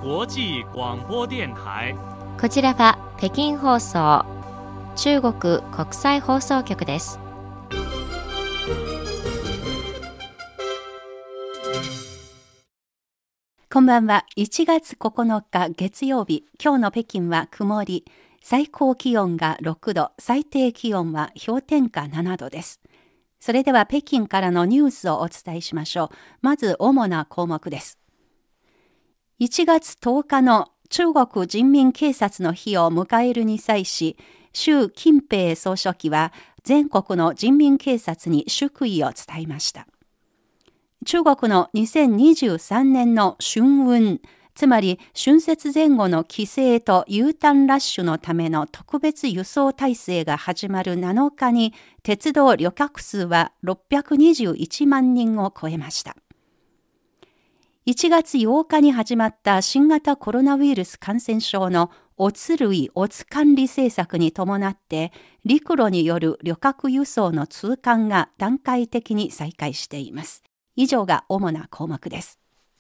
国際廣播電台。 こちらは北京放送、中国国際放送局です。 こんばんは。1月9日月曜日、今日の北京は曇り、最高気温が6度、最低気温は氷点下7度です。それでは北京からのニュースをお伝えしましょう。まず主な項目です。1月10日の中国人民警察の日を迎えるに際し、習近平総書記は全国の人民警察に祝意を伝えました。中国の2023年の春運、つまり春節前後の帰省と U ターンラッシュのための特別輸送体制が始まる7日に、鉄道旅客数は621万人を超えました。1月8日に始まった新型コロナウイルス感染症の乙類乙管理政策に伴って、陸路による旅客輸送の通関が段階的に再開しています。以上が主な項目です。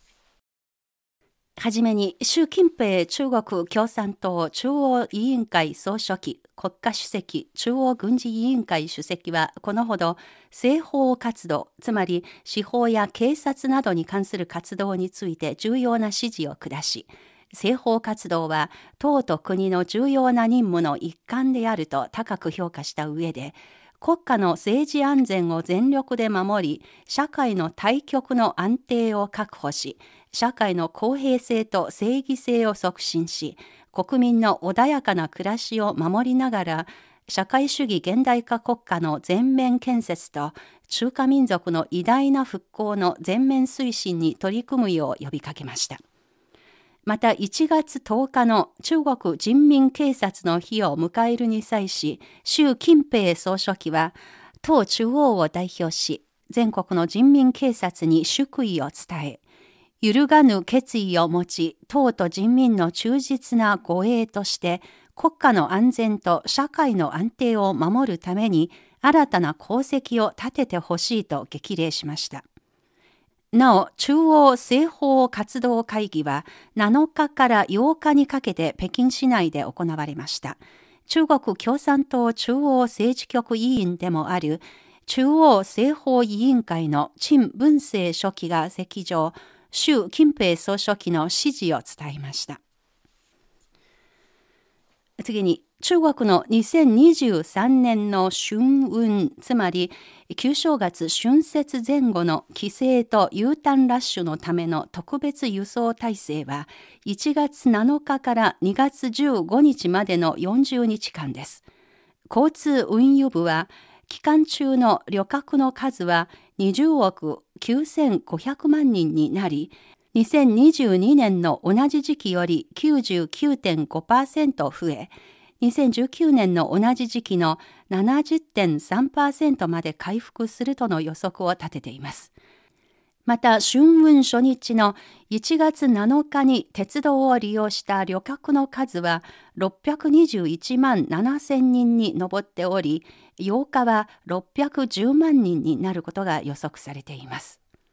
はじめに、習近平中国共産党中央委員会総書記、国家主席、中央軍事委員会主席はこのほど、政法活動、つまり司法や警察などに関する活動について重要な指示を下し、政法活動は党と国の重要な任務の一環であると高く評価した上で、国家の政治安全を全力で守り、社会の大局の安定を確保し、社会の公平性と正義性を促進し、国民の穏やかな暮らしを守りながら、社会主義現代化国家の全面建設と中華民族の偉大な復興の全面推進に取り組むよう呼びかけました。また1月10日の中国人民警察の日を迎えるに際し、習近平総書記は党中央を代表し、全国の人民警察に祝意を伝え、揺るがぬ決意を持ち、党と人民の忠実な護衛として、国家の安全と社会の安定を守るために、新たな功績を立ててほしいと激励しました。なお、中央政法活動会議は7日から8日にかけて北京市内で行われました。中国共産党中央政治局委員でもある中央政法委員会の陳文正書記が席上、習近平総書記の指示を伝えました。次に、中国の2023年の春運、つまり旧正月春節前後の帰省と U ターンラッシュのための特別輸送体制は1月7日から2月15日までの40日間です。交通運輸部は期間中の旅客の数は20億9500万人になり、2022年の同じ時期より 99.5% 増え、2019年の同じ時期の 70.3% まで回復するとの予測を立てています。また、春運初日の1月7日に鉄道を利用した旅客の数は621万7000人に上っており、8日は610万人になることが予測されています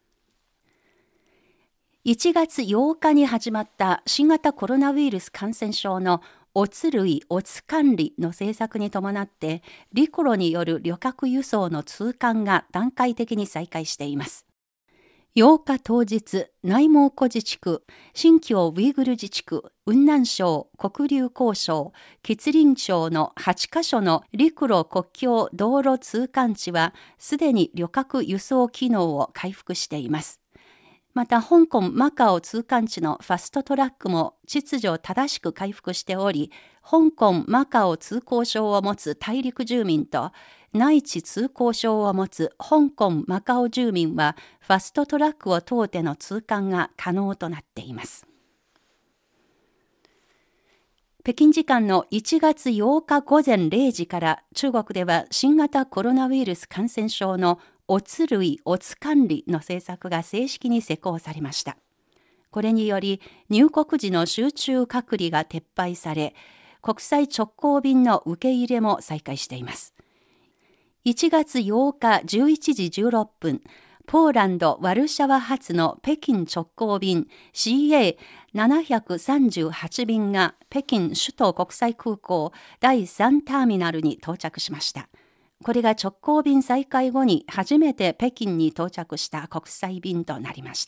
。1月8日に始まった新型コロナウイルス感染症の乙類乙管理の政策に伴って、陸路による旅客輸送の通関が段階的に再開しています。8日当日、内蒙古自治区、新疆ウイグル自治区、雲南省、黒竜江省、吉林省の8カ所の陸路国境道路通関地は、すでに旅客輸送機能を回復しています。また、香港・マカオ通関地のファストトラックも秩序正しく回復しており、香港・マカオ通行証を持つ大陸住民と内地通行証を持つ香港・マカオ住民はファストトラックを通っての通関が可能となっています。北京時間の1月8日午前0時から中国では新型コロナウイルス感染症の乙類乙管理の政策が正式に施行されました。これにより入国時の集中隔離が撤廃され、国際直行便の受け入れも再開しています。1月8日11時16分、 ポーランド・ワルシャワ発の北京直行便 CA738 便が北京首都国際空港第3ターミナルに到着しました。これが直行便再開後に初めて北京に到着した国際便となりました。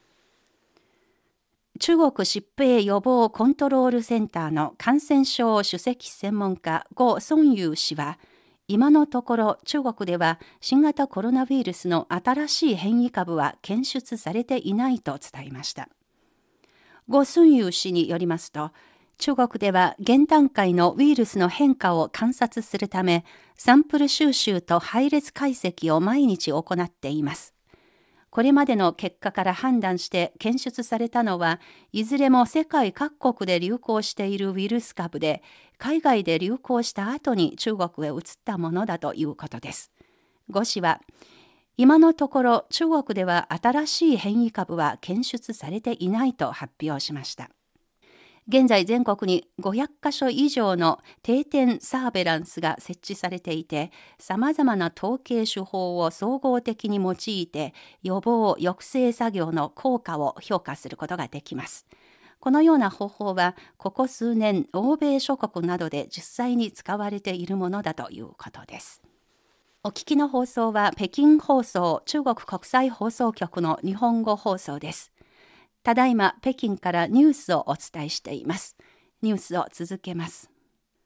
中国疾病予防コントロールセンターの感染症首席専門家呉尊友氏は、今のところ中国では新型コロナウイルスの新しい変異株は検出されていないと伝えました。呉尊友氏によりますと、中国では現段階のウイルスの変化を観察するため、サンプル収集と配列解析を毎日行っています。これまでの結果から判断して検出されたのは、いずれも世界各国で流行しているウイルス株で、海外で流行した後に中国へ移ったものだということです。呉氏は、今のところ中国では新しい変異株は検出されていないと発表しました。現在全国に500カ所以上の定点サーベランスが設置されていて、様々な統計手法を総合的に用いて予防・抑制作業の効果を評価することができます。このような方法はここ数年欧米諸国などで実際に使われているものだということです。お聞きの放送は北京放送中国国際放送局の日本語放送です。ただいま北京からニュースをお伝えしています。ニュースを続けます。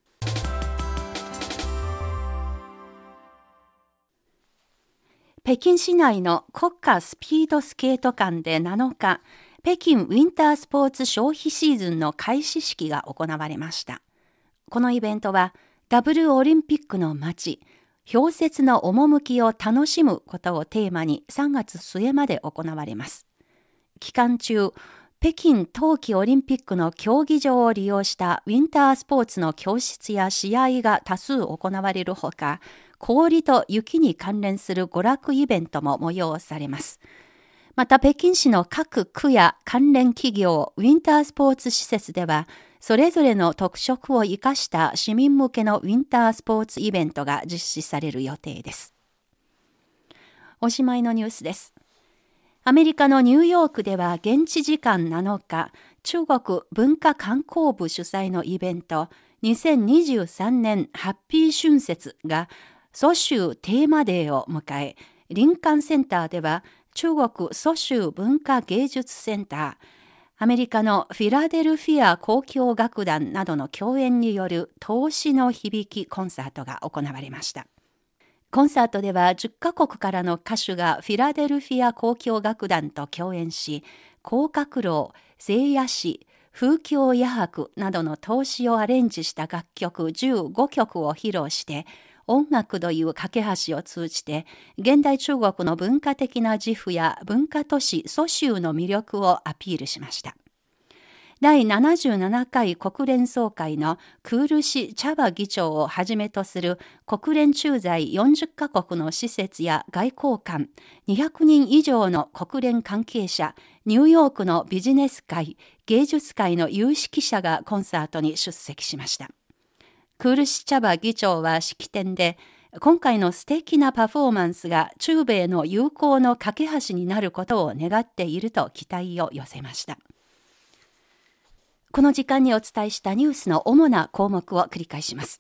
北京市内の国家スピードスケート館で7日、北京ウィンタースポーツ消費シーズンの開始式が行われました。このイベントは、ダブルオリンピックの街、氷雪の趣を楽しむことをテーマに3月末まで行われます。期間中、北京冬季オリンピックの競技場を利用したウィンタースポーツの教室や試合が多数行われるほか、氷と雪に関連する娯楽イベントも催されます。また北京市の各区や関連企業、ウィンタースポーツ施設では、それぞれの特色を生かした市民向けのウィンタースポーツイベントが実施される予定です。おしまいのニュースです。アメリカのニューヨークでは現地時間7日、中国文化観光部主催のイベント、2023年ハッピー春節が蘇州テーマデーを迎え、林間センターでは中国蘇州文化芸術センター、アメリカのフィラデルフィア交響楽団などの共演による投資の響きコンサートが行われました。コンサートでは10カ国からの歌手がフィラデルフィア交響楽団と共演し、広角楼、静夜詩、風響夜白などの投資をアレンジした楽曲15曲を披露して、音楽という架け橋を通じて、現代中国の文化的な自負や文化都市蘇州の魅力をアピールしました。第77回国連総会のクールシ・チャバ議長をはじめとする国連駐在40カ国の施設や外交官、200人以上の国連関係者、ニューヨークのビジネス界、芸術界の有識者がコンサートに出席しました。クールシ・チャバ議長は式典で、今回の素敵なパフォーマンスが中米の友好の架け橋になることを願っていると期待を寄せました。この時間にお伝えしたニュースの主な項目を繰り返します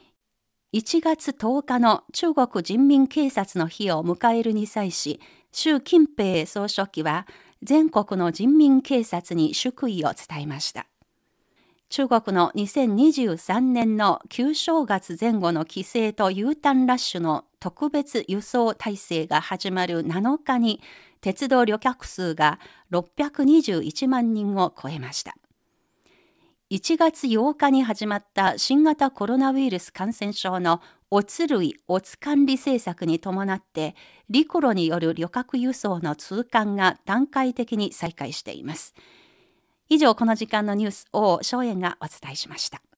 。1月10日の中国人民警察の日を迎えるに際し、習近平総書記は全国の人民警察に祝意を伝えました。中国の2023年の旧正月前後の帰省と U ターンラッシュの特別輸送体制が始まる7日に、鉄道旅客数が621万人を超えました。1月8日に始まった新型コロナウイルス感染症の乙類・乙管理政策に伴って、陸路による旅客輸送の通関が段階的に再開しています。以上、この時間のニュースを荘園がお伝えしました。